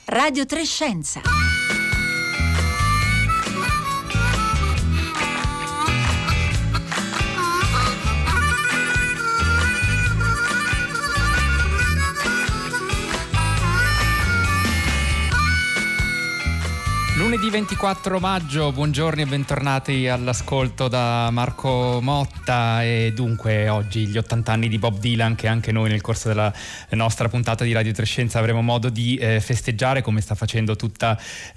Radio 3 Scienza. Lunedì 24 maggio, buongiorno e bentornati all'ascolto da Marco Motta. E dunque oggi gli 80 anni di Bob Dylan, che anche noi nel corso della nostra puntata di Radio 3 Scienza avremo modo di festeggiare, come sta facendo tutta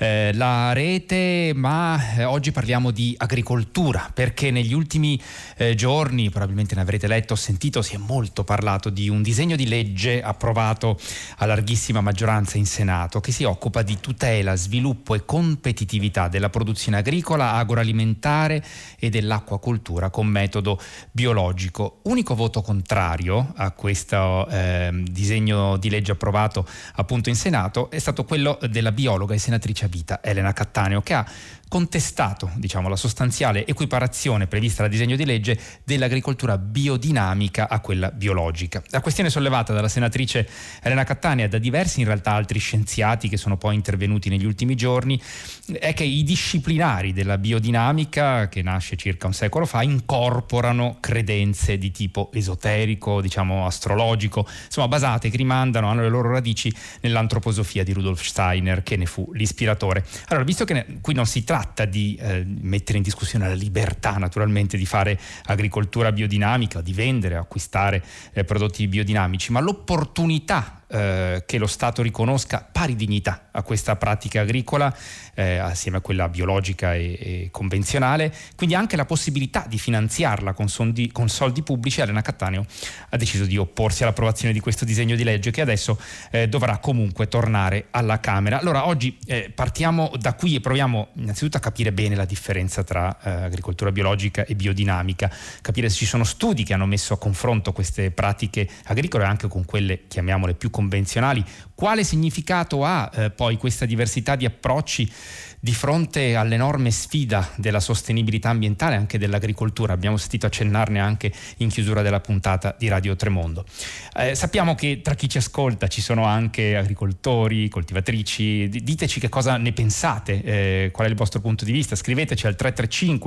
la rete. Ma oggi parliamo di agricoltura, perché negli ultimi giorni, probabilmente ne avrete letto o sentito, si è molto parlato di un disegno di legge approvato a larghissima maggioranza in Senato, che si occupa di tutela, sviluppo e competitività della produzione agricola, agroalimentare e dell'acquacoltura con metodo biologico. Unico voto contrario a questo disegno di legge approvato appunto in Senato è stato quello della biologa e senatrice a vita Elena Cattaneo, che ha contestato, la sostanziale equiparazione prevista dal disegno di legge dell'agricoltura biodinamica a quella biologica. La questione sollevata dalla senatrice Elena Cattaneo e da diversi in realtà altri scienziati che sono poi intervenuti negli ultimi giorni è che i disciplinari della biodinamica, che nasce circa un secolo fa, incorporano credenze di tipo esoterico, astrologico, basate, che hanno le loro radici nell'antroposofia di Rudolf Steiner, che ne fu l'ispiratore. Allora, visto che qui non si tratta di mettere in discussione la libertà naturalmente di fare agricoltura biodinamica, di vendere, acquistare prodotti biodinamici, ma l'opportunità che lo Stato riconosca pari dignità a questa pratica agricola assieme a quella biologica e convenzionale, quindi anche la possibilità di finanziarla con soldi pubblici. Elena Cattaneo ha deciso di opporsi all'approvazione di questo disegno di legge, che adesso dovrà comunque tornare alla Camera. Allora oggi partiamo da qui e proviamo innanzitutto a capire bene la differenza tra agricoltura biologica e biodinamica, capire se ci sono studi che hanno messo a confronto queste pratiche agricole anche con quelle, chiamiamole, più convenzionali. Quale significato ha poi questa diversità di approcci di fronte all'enorme sfida della sostenibilità ambientale anche dell'agricoltura? Abbiamo sentito accennarne anche in chiusura della puntata di Radio Tremondo. Sappiamo che tra chi ci ascolta ci sono anche agricoltori, coltivatrici. Diteci che cosa ne pensate, qual è il vostro punto di vista. Scriveteci al 335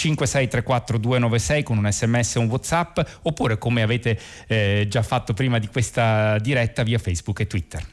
5634 296 con un SMS o un WhatsApp, oppure come avete già fatto prima di questa diretta via Facebook e Twitter.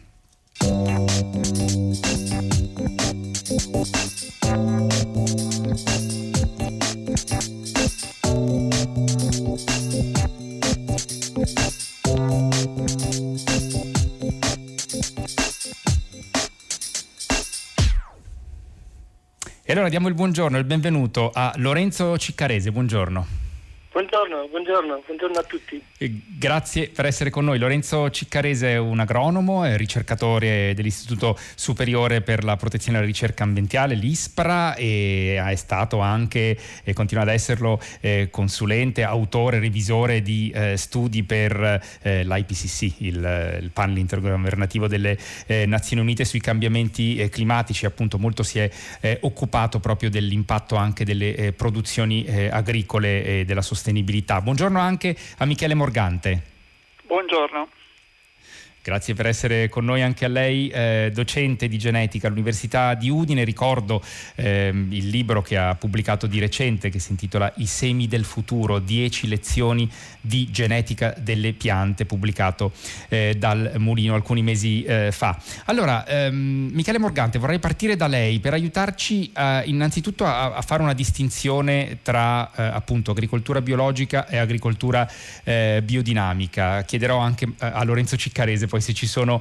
E allora diamo il buongiorno e il benvenuto a Lorenzo Ciccarese. Buongiorno. Buongiorno a tutti. Grazie per essere con noi. Lorenzo Ciccarese è un agronomo, è ricercatore dell'Istituto Superiore per la Protezione e la Ricerca Ambientale, l'ISPRA, e è stato anche, e continua ad esserlo, consulente, autore, revisore di studi per l'IPCC, il panel intergovernativo delle Nazioni Unite sui cambiamenti climatici. Appunto molto si è occupato proprio dell'impatto anche delle produzioni agricole e della sostenibilità. Buongiorno anche a Michele Morgante. Buongiorno. Grazie per essere con noi anche a lei, docente di genetica all'Università di Udine. Ricordo il libro che ha pubblicato di recente, che si intitola I semi del futuro, 10 lezioni di genetica delle piante, pubblicato dal Mulino alcuni mesi fa. Allora, Michele Morgante, vorrei partire da lei per aiutarci innanzitutto a fare una distinzione tra appunto agricoltura biologica e agricoltura biodinamica. Chiederò anche a Lorenzo Ciccarese poi se ci sono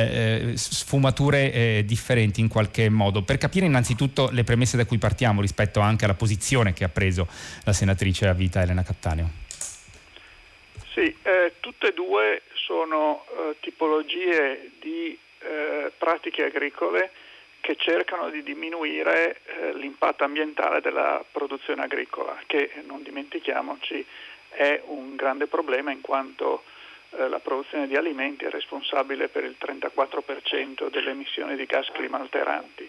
sfumature differenti in qualche modo, per capire innanzitutto le premesse da cui partiamo rispetto anche alla posizione che ha preso la senatrice a vita Elena Cattaneo. Sì, tutte e due sono tipologie di pratiche agricole che cercano di diminuire l'impatto ambientale della produzione agricola, che, non dimentichiamoci, è un grande problema in quanto la produzione di alimenti è responsabile per il 34% delle emissioni di gas climalteranti.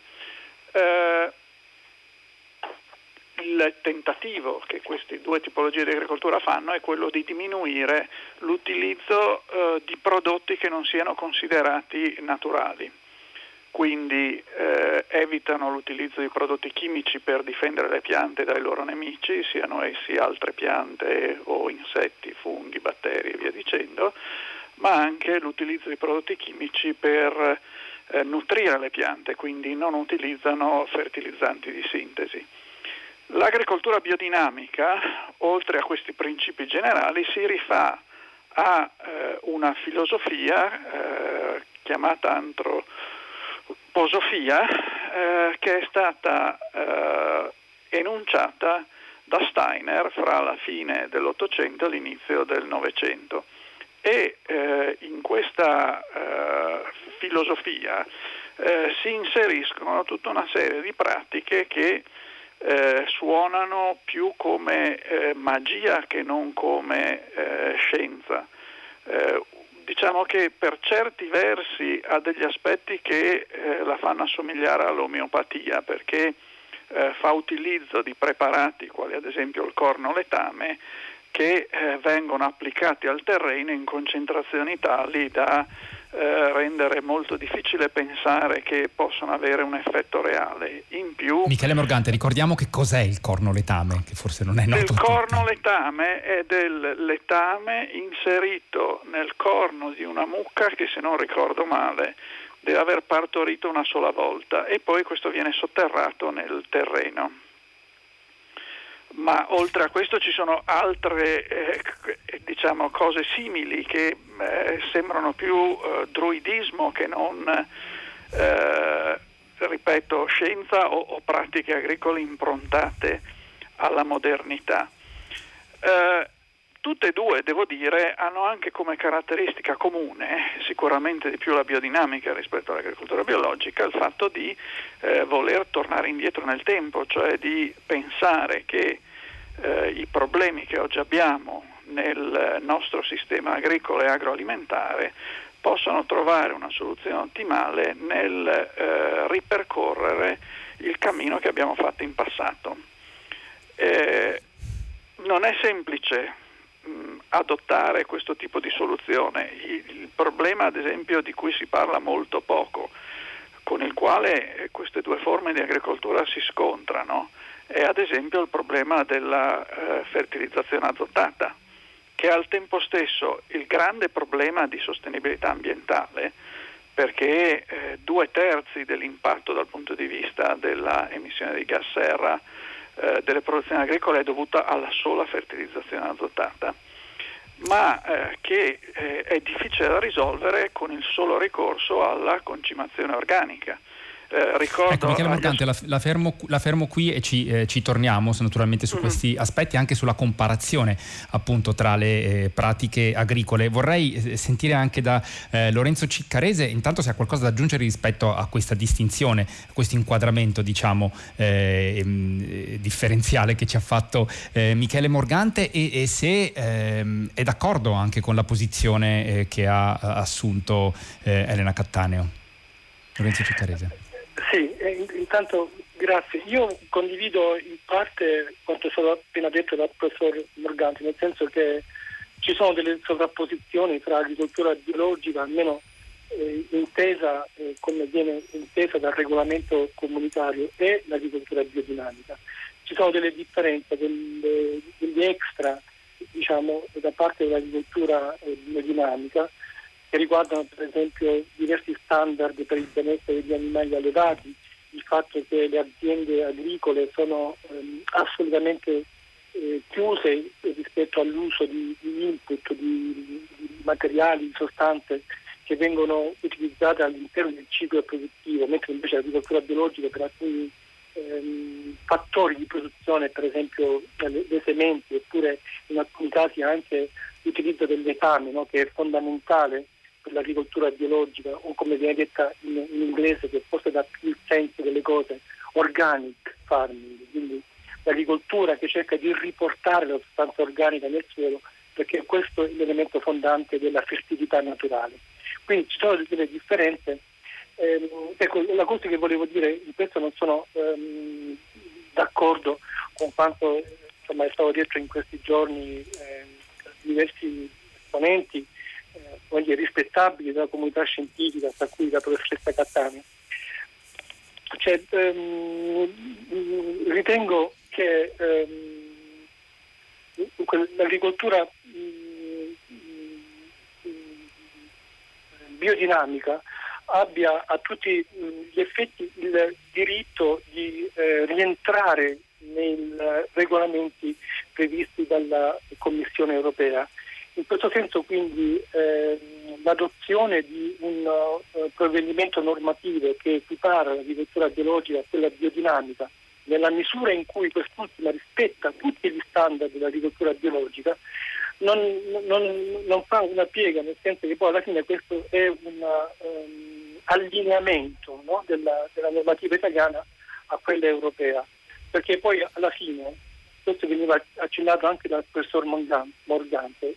Il tentativo che queste due tipologie di agricoltura fanno è quello di diminuire l'utilizzo di prodotti che non siano considerati naturali. quindi evitano l'utilizzo di prodotti chimici per difendere le piante dai loro nemici, siano essi altre piante o insetti, funghi, batteri e via dicendo, ma anche l'utilizzo di prodotti chimici per nutrire le piante, quindi non utilizzano fertilizzanti di sintesi. L'agricoltura biodinamica, oltre a questi principi generali, si rifà a una filosofia chiamata antroposofia, che è stata enunciata da Steiner fra la fine dell'Ottocento e l'inizio del Novecento. E in questa filosofia si inseriscono tutta una serie di pratiche che suonano più come magia che non come scienza. Diciamo che per certi versi ha degli aspetti che la fanno assomigliare all'omeopatia, perché fa utilizzo di preparati quali ad esempio il cornoletame che vengono applicati al terreno in concentrazioni tali da rendere molto difficile pensare che possano avere un effetto reale. In più, Michele Morgante, ricordiamo che cos'è il cornoletame, che forse non è noto. Il cornoletame è del letame inserito nel corno di una mucca che, se non ricordo male, deve aver partorito una sola volta, e poi questo viene sotterrato nel terreno. Ma oltre a questo ci sono altre cose simili che sembrano più druidismo che non ripeto scienza o pratiche agricole improntate alla modernità. Tutte e due, devo dire, hanno anche come caratteristica comune, sicuramente di più la biodinamica rispetto all'agricoltura biologica, il fatto di voler tornare indietro nel tempo, cioè di pensare che i problemi che oggi abbiamo nel nostro sistema agricolo e agroalimentare possono trovare una soluzione ottimale nel ripercorrere il cammino che abbiamo fatto in passato. Non è semplice adottare questo tipo di soluzione. Il problema, ad esempio, di cui si parla molto poco, con il quale queste due forme di agricoltura si scontrano, è ad esempio il problema della fertilizzazione azotata, che è al tempo stesso il grande problema di sostenibilità ambientale, perché 2/3 dell'impatto dal punto di vista della emissione di gas serra delle produzioni agricole è dovuta alla sola fertilizzazione azotata, ma che è difficile da risolvere con il solo ricorso alla concimazione organica. Ecco, Michele Morgante, la fermo qui e ci torniamo naturalmente su questi aspetti, anche sulla comparazione appunto tra le pratiche agricole. Vorrei sentire anche da Lorenzo Ciccarese intanto se ha qualcosa da aggiungere rispetto a questa distinzione, a questo inquadramento differenziale che ci ha fatto Michele Morgante, e se è d'accordo anche con la posizione che ha assunto Elena Cattaneo. Lorenzo Ciccarese. Sì, intanto grazie. Io condivido in parte quanto è stato appena detto dal professor Morganti, nel senso che ci sono delle sovrapposizioni tra agricoltura biologica, almeno intesa come viene intesa dal regolamento comunitario, e l'agricoltura biodinamica. Ci sono delle differenze, degli extra, diciamo, da parte dell'agricoltura biodinamica, che riguardano per esempio diversi standard per il benessere degli animali allevati, il fatto che le aziende agricole sono assolutamente chiuse rispetto all'uso di input, di materiali, di sostanze che vengono utilizzate all'interno del ciclo produttivo, mentre invece l'agricoltura biologica per alcuni fattori di produzione, per esempio le sementi, oppure in alcuni casi anche l'utilizzo del letame, no, che è fondamentale per l'agricoltura biologica, o come viene detta in inglese, che forse dà più il senso delle cose, organic farming, quindi l'agricoltura che cerca di riportare la sostanza organica nel suolo, perché questo è l'elemento fondante della fertilità naturale. Quindi ci sono delle differenze. Ecco, la cosa che volevo dire, in questo non sono d'accordo con quanto è stato detto in questi giorni diversi esponenti rispettabili della comunità scientifica, tra cui la professoressa Cattaneo. Cioè, ritengo che l'agricoltura biodinamica abbia a tutti gli effetti il diritto di rientrare nei regolamenti previsti dalla Commissione europea. In questo senso quindi l'adozione di un provvedimento normativo che equipara l'agricoltura biologica a quella biodinamica, nella misura in cui quest'ultima rispetta tutti gli standard dell'agricoltura biologica, non fa una piega, nel senso che poi alla fine questo è un allineamento, no, della normativa italiana a quella europea, perché poi alla fine, questo veniva accennato anche dal professor Morgante,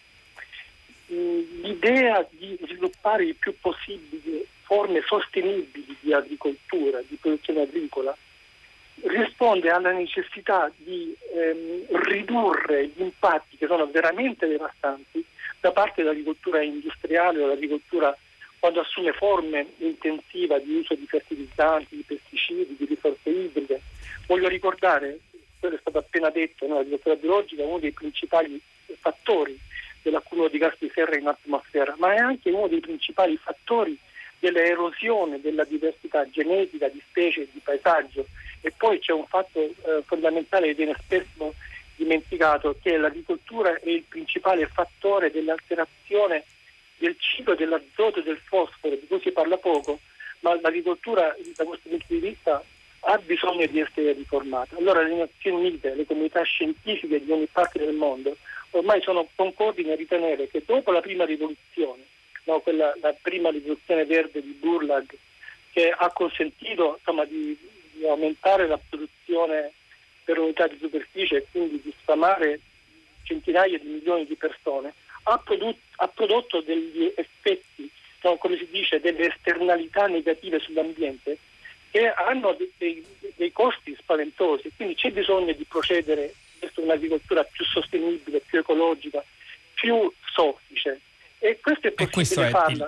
l'idea di sviluppare il più possibile forme sostenibili di agricoltura, di produzione agricola, risponde alla necessità di ridurre gli impatti che sono veramente devastanti da parte dell'agricoltura industriale o dell'agricoltura quando assume forme intensiva di uso di fertilizzanti, di pesticidi, di risorse idriche. Voglio ricordare, quello è stato appena detto, no? L'agricoltura biologica è uno dei principali fattori dell'accumulo di gas di serra in atmosfera, ma è anche uno dei principali fattori dell'erosione della diversità genetica di specie e di paesaggio. E poi c'è un fatto fondamentale che viene spesso dimenticato, che l'agricoltura è il principale fattore dell'alterazione del ciclo dell'azoto e del fosforo, di cui si parla poco, ma l'agricoltura da questo punto di vista ha bisogno di essere riformata. Allora le Nazioni Unite, le comunità scientifiche di ogni parte del mondo ormai sono concordi nel ritenere che dopo la prima rivoluzione, no, la prima rivoluzione verde di Burlag, che ha consentito di aumentare la produzione per unità di superficie e quindi di sfamare centinaia di milioni di persone, ha prodotto degli effetti, no, come si dice, delle esternalità negative sull'ambiente che hanno dei costi spaventosi. Quindi c'è bisogno di procedere verso un'agricoltura più sostenibile, più ecologica, più soffice. E questo è possibile farla.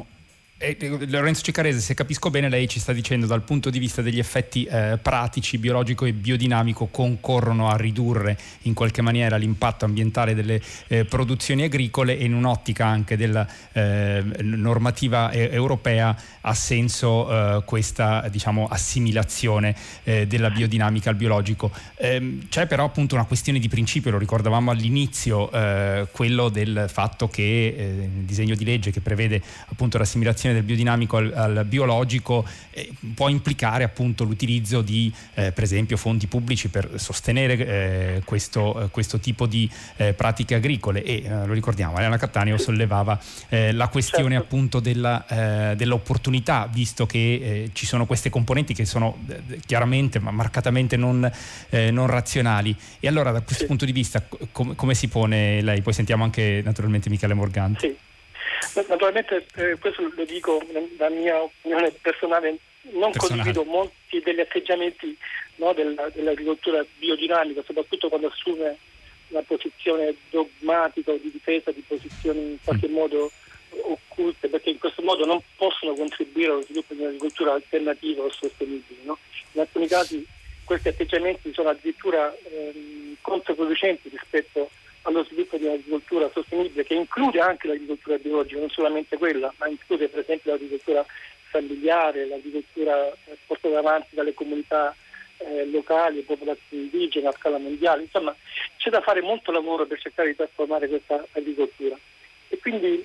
Lorenzo Ceccarese, se capisco bene, lei ci sta dicendo dal punto di vista degli effetti pratici, biologico e biodinamico concorrono a ridurre in qualche maniera l'impatto ambientale delle produzioni agricole, e in un'ottica anche della normativa europea ha senso questa assimilazione della biodinamica al biologico. C'è però appunto una questione di principio, lo ricordavamo all'inizio, quello del fatto che il disegno di legge che prevede appunto l'assimilazione del biodinamico al biologico può implicare appunto l'utilizzo di per esempio fondi pubblici per sostenere questo tipo di pratiche agricole, e lo ricordiamo, Arianna Cattaneo sollevava la questione appunto dell'opportunità, visto che ci sono queste componenti che sono chiaramente ma marcatamente non razionali. E allora da questo punto di vista come si pone lei? Poi sentiamo anche naturalmente Michele Morganti. Sì. Naturalmente questo lo dico dalla mia opinione personale, condivido molti degli atteggiamenti, no, dell'agricoltura biodinamica, soprattutto quando assume una posizione dogmatica o di difesa di posizioni in qualche modo occulte, perché in questo modo non possono contribuire allo sviluppo di un'agricoltura alternativa o sostenibile, no? In alcuni casi questi atteggiamenti sono addirittura controproducenti rispetto allo sviluppo di un'agricoltura sostenibile, che include anche l'agricoltura biologica, non solamente quella, ma include per esempio l'agricoltura familiare, l'agricoltura portata avanti dalle comunità locali e popolazioni indigene a scala mondiale. Insomma, c'è da fare molto lavoro per cercare di trasformare questa agricoltura. E quindi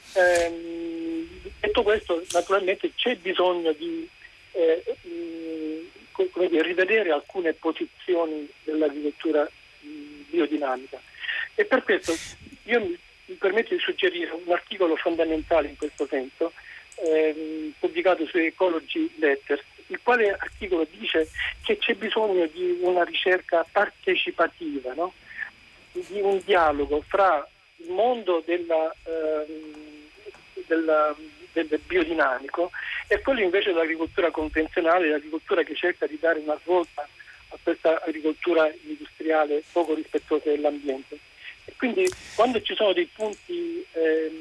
detto questo, naturalmente c'è bisogno di rivedere alcune posizioni dell'agricoltura biodinamica. E per questo io mi permetto di suggerire un articolo fondamentale in questo senso, pubblicato su Ecology Letters, il quale articolo dice che c'è bisogno di una ricerca partecipativa, no? Di un dialogo fra il mondo del biodinamico e quello invece dell'agricoltura convenzionale, l'agricoltura che cerca di dare una svolta a questa agricoltura industriale poco rispettosa dell'ambiente. E quindi quando ci sono dei punti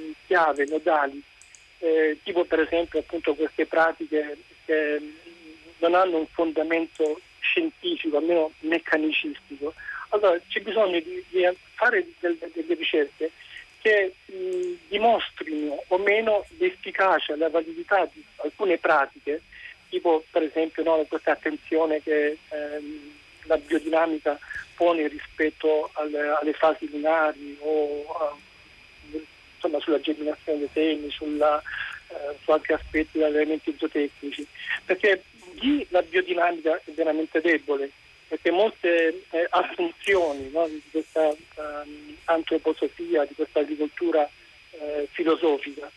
chiave, nodali, tipo per esempio appunto queste pratiche che non hanno un fondamento scientifico, almeno meccanicistico. Allora c'è bisogno di fare delle ricerche che dimostrino o meno l'efficacia, la validità di alcune pratiche, tipo per esempio questa attenzione che la biodinamica pone rispetto alle fasi lunari o sulla germinazione dei semi, su altri aspetti degli elementi zootecnici, perché lì la biodinamica è veramente debole, perché molte assunzioni di questa antroposofia, di questa agricoltura filosofica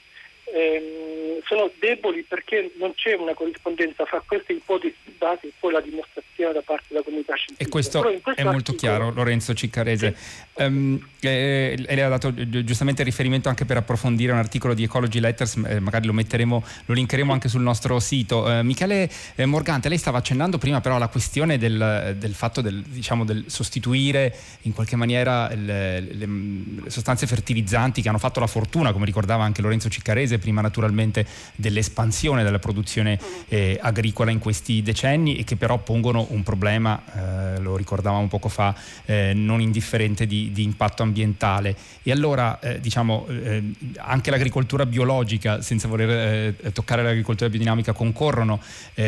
sono deboli perché non c'è una corrispondenza fra queste ipotesi di base e poi la dimostrazione da parte della comunità scientifica. E questo è molto chiaro, Lorenzo Ciccarese. Sì. Lei ha dato giustamente riferimento anche per approfondire un articolo di Ecology Letters, magari lo linkeremo anche sul nostro sito. Michele Morgante, lei stava accennando prima però alla questione del fatto del sostituire in qualche maniera le sostanze fertilizzanti che hanno fatto la fortuna, come ricordava anche Lorenzo Ciccarese, prima naturalmente dell'espansione della produzione agricola in questi decenni, e che però pongono un problema, lo ricordavamo poco fa, non indifferente di impatto ambientale. E allora anche l'agricoltura biologica, senza voler toccare l'agricoltura biodinamica, concorrono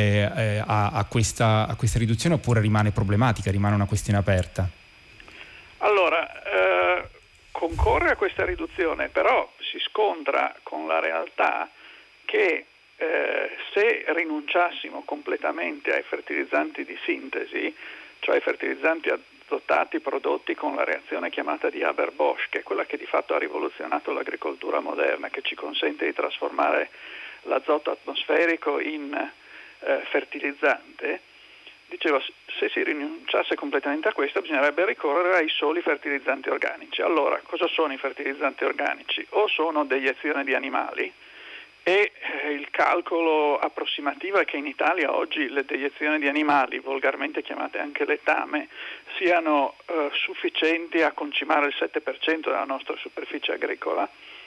a questa riduzione, oppure rimane problematica, rimane una questione aperta? Allora, concorre a questa riduzione, però si scontra con la realtà che se rinunciassimo completamente ai fertilizzanti di sintesi, cioè ai fertilizzanti adottati prodotti con la reazione chiamata di Haber-Bosch, che è quella che di fatto ha rivoluzionato l'agricoltura moderna, che ci consente di trasformare l'azoto atmosferico in fertilizzante, dicevo, se si rinunciasse completamente a questo bisognerebbe ricorrere ai soli fertilizzanti organici. Allora, cosa sono i fertilizzanti organici? O sono deiezione di animali, e il calcolo approssimativo è che in Italia oggi le deiezioni di animali, volgarmente chiamate anche letame, siano sufficienti a concimare il 7% della nostra superficie agricola,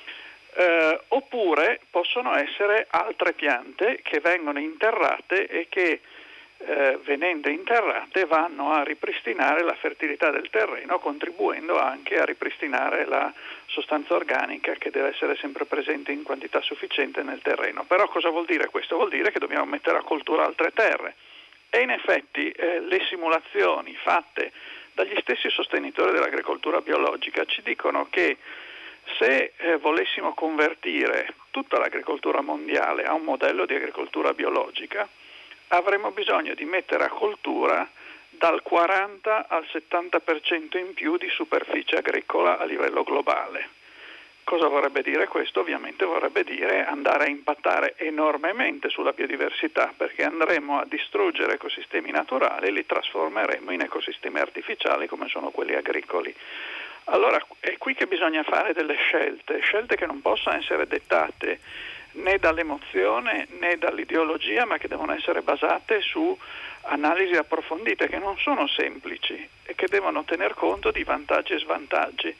oppure possono essere altre piante che vengono interrate e che venendo interrate vanno a ripristinare la fertilità del terreno, contribuendo anche a ripristinare la sostanza organica che deve essere sempre presente in quantità sufficiente nel terreno. Però cosa vuol dire questo? Vuol dire che dobbiamo mettere a coltura altre terre, e in effetti le simulazioni fatte dagli stessi sostenitori dell'agricoltura biologica ci dicono che se volessimo convertire tutta l'agricoltura mondiale a un modello di agricoltura biologica, avremo bisogno di mettere a coltura dal 40 al 70% in più di superficie agricola a livello globale. Cosa vorrebbe dire questo? Ovviamente vorrebbe dire andare a impattare enormemente sulla biodiversità, perché andremo a distruggere ecosistemi naturali e li trasformeremo in ecosistemi artificiali come sono quelli agricoli. Allora è qui che bisogna fare delle scelte che non possono essere dettate né dall'emozione né dall'ideologia, ma che devono essere basate su analisi approfondite che non sono semplici e che devono tener conto di vantaggi e svantaggi.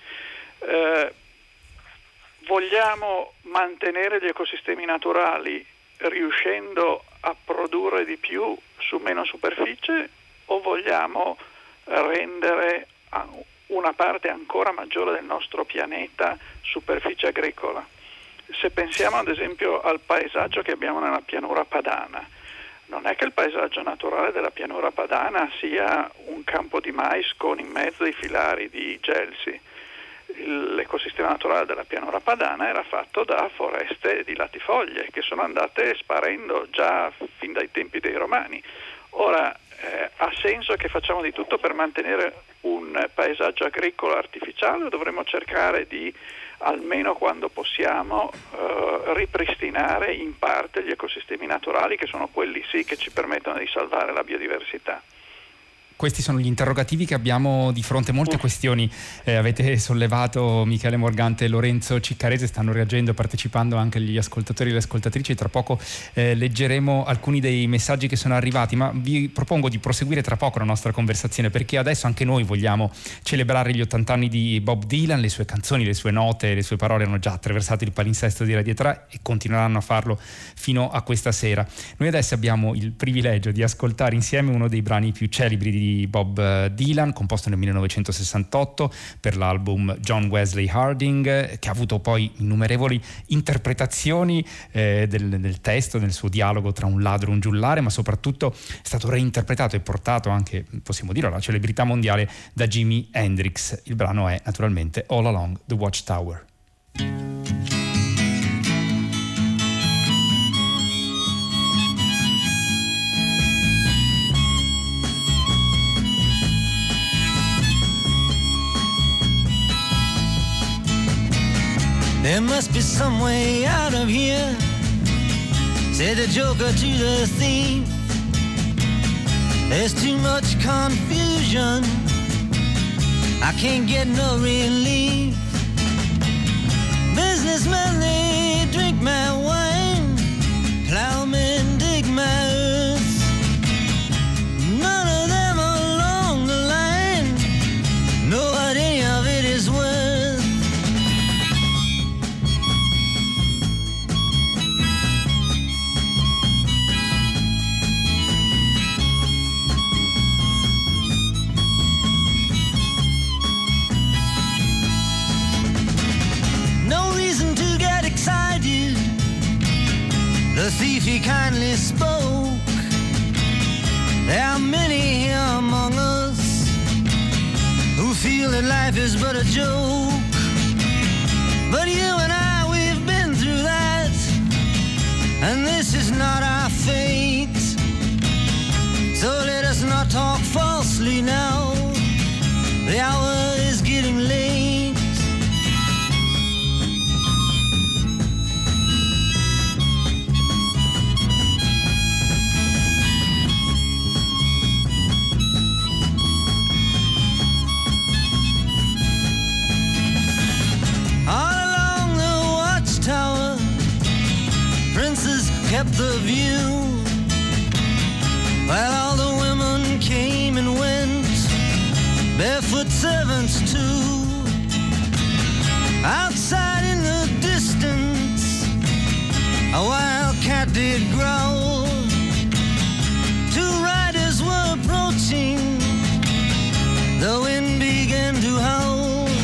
Vogliamo mantenere gli ecosistemi naturali riuscendo a produrre di più su meno superficie, o vogliamo rendere una parte ancora maggiore del nostro pianeta superficie agricola? Se pensiamo ad esempio al paesaggio che abbiamo nella pianura padana, non è che il paesaggio naturale della pianura padana sia un campo di mais con in mezzo i filari di gelsi. L'ecosistema naturale della pianura padana era fatto da foreste di latifoglie che sono andate sparendo già fin dai tempi dei Romani. Ora ha senso che facciamo di tutto per mantenere un paesaggio agricolo artificiale, o dovremmo cercare di, almeno quando possiamo, ripristinare in parte gli ecosistemi naturali, che sono quelli sì che ci permettono di salvare la biodiversità? Questi sono gli interrogativi che abbiamo di fronte. Molte questioni avete sollevato, Michele Morgante e Lorenzo Ciccarese, stanno reagendo, partecipando anche gli ascoltatori e le ascoltatrici. Tra poco leggeremo alcuni dei messaggi che sono arrivati, ma vi propongo di proseguire tra poco la nostra conversazione, perché adesso anche noi vogliamo celebrare gli 80 anni di Bob Dylan. Le sue canzoni, le sue note, le sue parole hanno già attraversato il palinsesto di Radio 3 e continueranno a farlo fino a questa sera. Noi adesso abbiamo il privilegio di ascoltare insieme uno dei brani più celebri di Bob Dylan, composto nel 1968 per l'album John Wesley Harding, che ha avuto poi innumerevoli interpretazioni del testo, nel suo dialogo tra un ladro e un giullare, ma soprattutto è stato reinterpretato e portato anche, possiamo dire, alla celebrità mondiale da Jimi Hendrix. Il brano è naturalmente All Along the Watchtower. There must be some way out of here, said the joker to the thief. There's too much confusion, I can't get no relief. Businessmen, they drink my wine, plowmen dig my earth. None of them along the line know what any of it is worth. The thief, he kindly spoke. There are many here among us who feel that life is but a joke. But you and I, we've been through that, and this is not our fate. So let us not talk falsely now, the hour is getting late. Kept the view while all the women came and went, barefoot servants too. Outside in the distance a wild cat did growl. Two riders were approaching, the wind began to howl.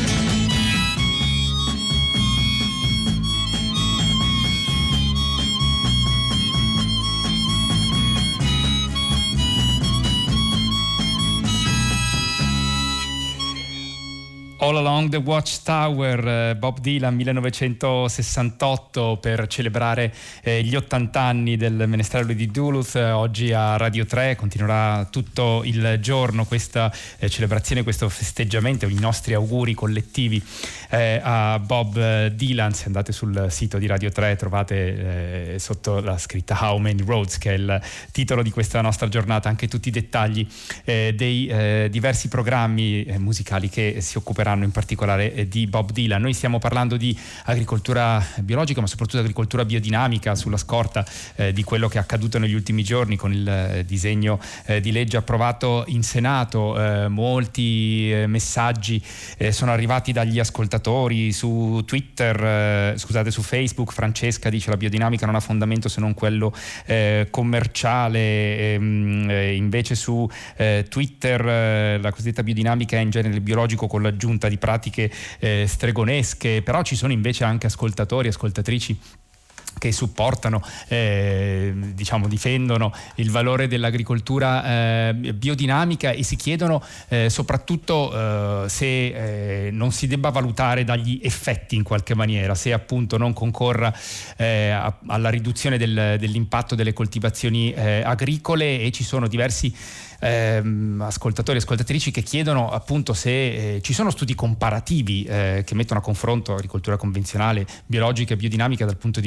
All Along the Watchtower, Bob Dylan, 1968, per celebrare gli 80 anni del menestrello di Duluth. Oggi a Radio 3 continuerà tutto il giorno questa celebrazione, questo festeggiamento, i nostri auguri collettivi a Bob Dylan. Se andate sul sito di Radio 3 trovate sotto la scritta How Many Roads, che è il titolo di questa nostra giornata, anche tutti i dettagli dei diversi programmi musicali che si occuperanno in particolare di Bob Dylan. Noi stiamo parlando di agricoltura biologica, ma soprattutto agricoltura biodinamica, sulla scorta di quello che è accaduto negli ultimi giorni con il disegno di legge approvato in Senato. Molti messaggi sono arrivati dagli ascoltatori su Twitter, su Facebook. Francesca dice: la biodinamica non ha fondamento se non quello commerciale. Invece su Twitter la cosiddetta biodinamica è in genere il biologico con l'aggiunta di pratiche stregonesche. Però ci sono invece anche ascoltatori e ascoltatrici che supportano, difendono il valore dell'agricoltura biodinamica e si chiedono soprattutto se non si debba valutare dagli effetti in qualche maniera, se appunto non concorra alla riduzione dell'impatto delle coltivazioni agricole. E ci sono diversi ascoltatori e ascoltatrici che chiedono appunto se ci sono studi comparativi che mettono a confronto agricoltura convenzionale, biologica e biodinamica dal punto di vista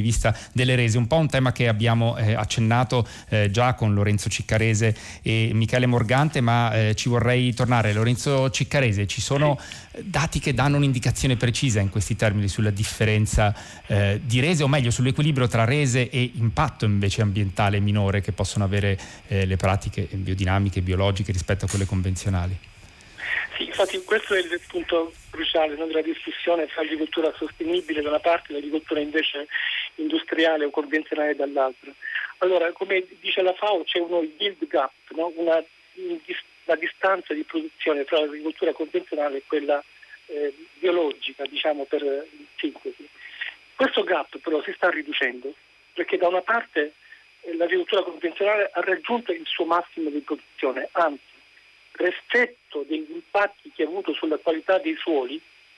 delle rese, un po' un tema che abbiamo accennato già con Lorenzo Ciccarese e Michele Morgante, ma ci vorrei tornare. Lorenzo Ciccarese, ci sono dati che danno un'indicazione precisa in questi termini sulla differenza di rese, o meglio sull'equilibrio tra rese e impatto invece ambientale minore che possono avere le pratiche biodinamiche, biologiche rispetto a quelle convenzionali? Sì, infatti questo è il punto cruciale, no, della discussione tra agricoltura sostenibile da una parte e l'agricoltura invece industriale o convenzionale dall'altra. Allora, come dice la FAO, c'è uno yield gap, no? Una distanza di produzione tra l'agricoltura convenzionale e quella biologica, diciamo per sintesi. Questo gap però si sta riducendo, perché da una parte l'agricoltura convenzionale ha raggiunto il suo massimo di produzione, anzi, per effetto degli impatti che ha avuto sulla qualità dei suoli,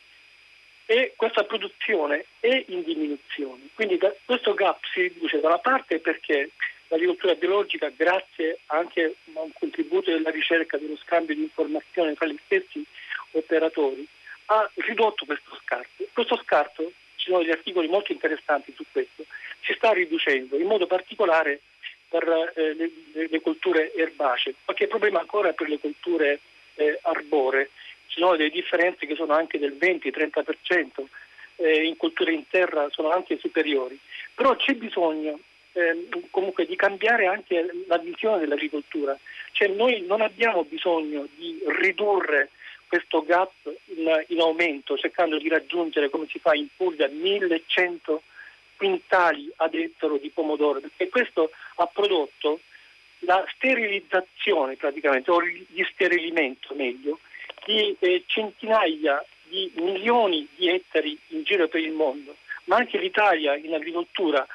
e questa produzione è in diminuzione. Quindi questo gap si riduce da una parte perché l'agricoltura biologica, grazie anche a un contributo della ricerca, dello scambio di informazioni tra gli stessi operatori, ha ridotto questo scarto. Questo scarto, ci sono degli articoli molto interessanti su questo, si sta riducendo, in modo particolare per le colture erbacee. Qualche problema ancora per le colture arboree. Ci sono delle differenze che sono anche del 20-30%, in colture in terra sono anche superiori. Però c'è bisogno comunque di cambiare anche la visione dell'agricoltura. Cioè noi non abbiamo bisogno di ridurre questo gap in aumento, cercando di raggiungere, come si fa in Puglia, 1100 quintali ad ettaro di pomodoro, perché questo ha prodotto la sterilizzazione praticamente, o gli sterilimento meglio, di centinaia di milioni di ettari in giro per il mondo, ma anche l'Italia in agricoltura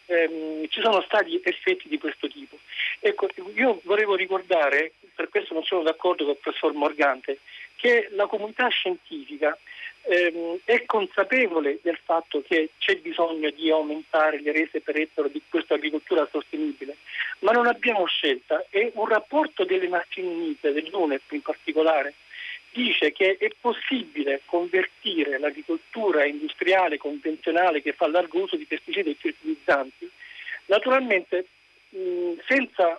ci sono stati effetti di questo tipo. Ecco, io volevo ricordare, per questo non sono d'accordo con il professor Morgante, che la comunità scientifica è consapevole del fatto che c'è bisogno di aumentare le rese per ettaro di questa agricoltura sostenibile, ma non abbiamo scelta, e un rapporto delle Nazioni Unite, dell'UNEP in particolare, dice che è possibile convertire l'agricoltura industriale convenzionale che fa largo uso di pesticidi e fertilizzanti, naturalmente senza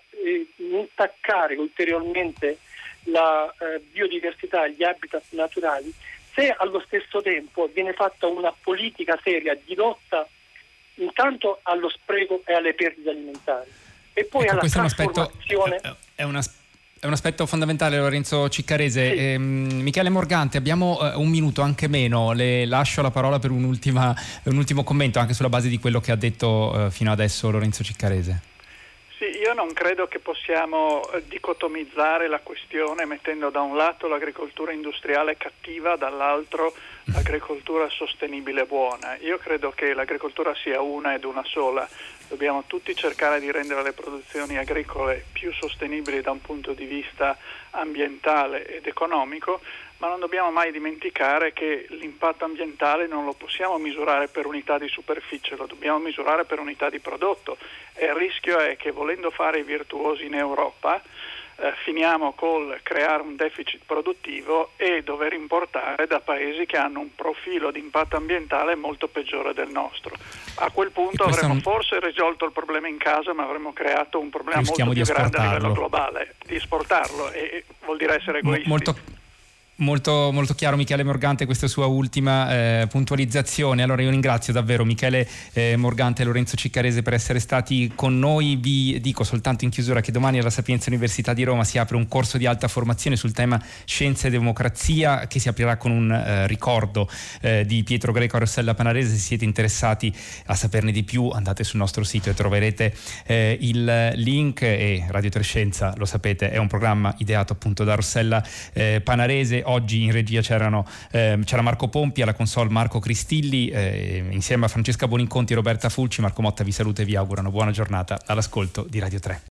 intaccare ulteriormente la biodiversità e gli habitat naturali, se allo stesso tempo viene fatta una politica seria di lotta intanto allo spreco e alle perdite alimentari e poi alla trasformazione. È un aspetto fondamentale, Lorenzo Ciccarese. Sì. Michele Morgante, abbiamo un minuto, anche meno. Le lascio la parola per un ultimo commento anche sulla base di quello che ha detto fino adesso Lorenzo Ciccarese. Sì, io non credo che possiamo dicotomizzare la questione mettendo da un lato l'agricoltura industriale cattiva, dall'altro l'agricoltura sostenibile buona. Io credo che l'agricoltura sia una ed una sola. Dobbiamo tutti cercare di rendere le produzioni agricole più sostenibili da un punto di vista ambientale ed economico, ma non dobbiamo mai dimenticare che l'impatto ambientale non lo possiamo misurare per unità di superficie, lo dobbiamo misurare per unità di prodotto, e il rischio è che, volendo fare i virtuosi in Europa, finiamo col creare un deficit produttivo e dover importare da paesi che hanno un profilo di impatto ambientale molto peggiore del nostro. A quel punto avremmo forse risolto il problema in casa, ma avremmo creato un problema molto più grande a livello globale, di esportarlo, e vuol dire essere egoisti. Molto, molto chiaro, Michele Morgante, questa sua ultima puntualizzazione. Allora io ringrazio davvero Michele Morgante e Lorenzo Ciccarese per essere stati con noi. Vi dico soltanto in chiusura che domani alla Sapienza Università di Roma si apre un corso di alta formazione sul tema Scienza e Democrazia, che si aprirà con un ricordo di Pietro Greco a Rossella Panarese. Se siete interessati a saperne di più, andate sul nostro sito e troverete il link. E Radio Trescenza, lo sapete, è un programma ideato appunto da Rossella Panarese. Oggi in regia c'era Marco Pompi, alla console Marco Cristilli, insieme a Francesca Boninconti e Roberta Fulci. Marco Motta vi saluta e vi augura una buona giornata all'ascolto di Radio 3.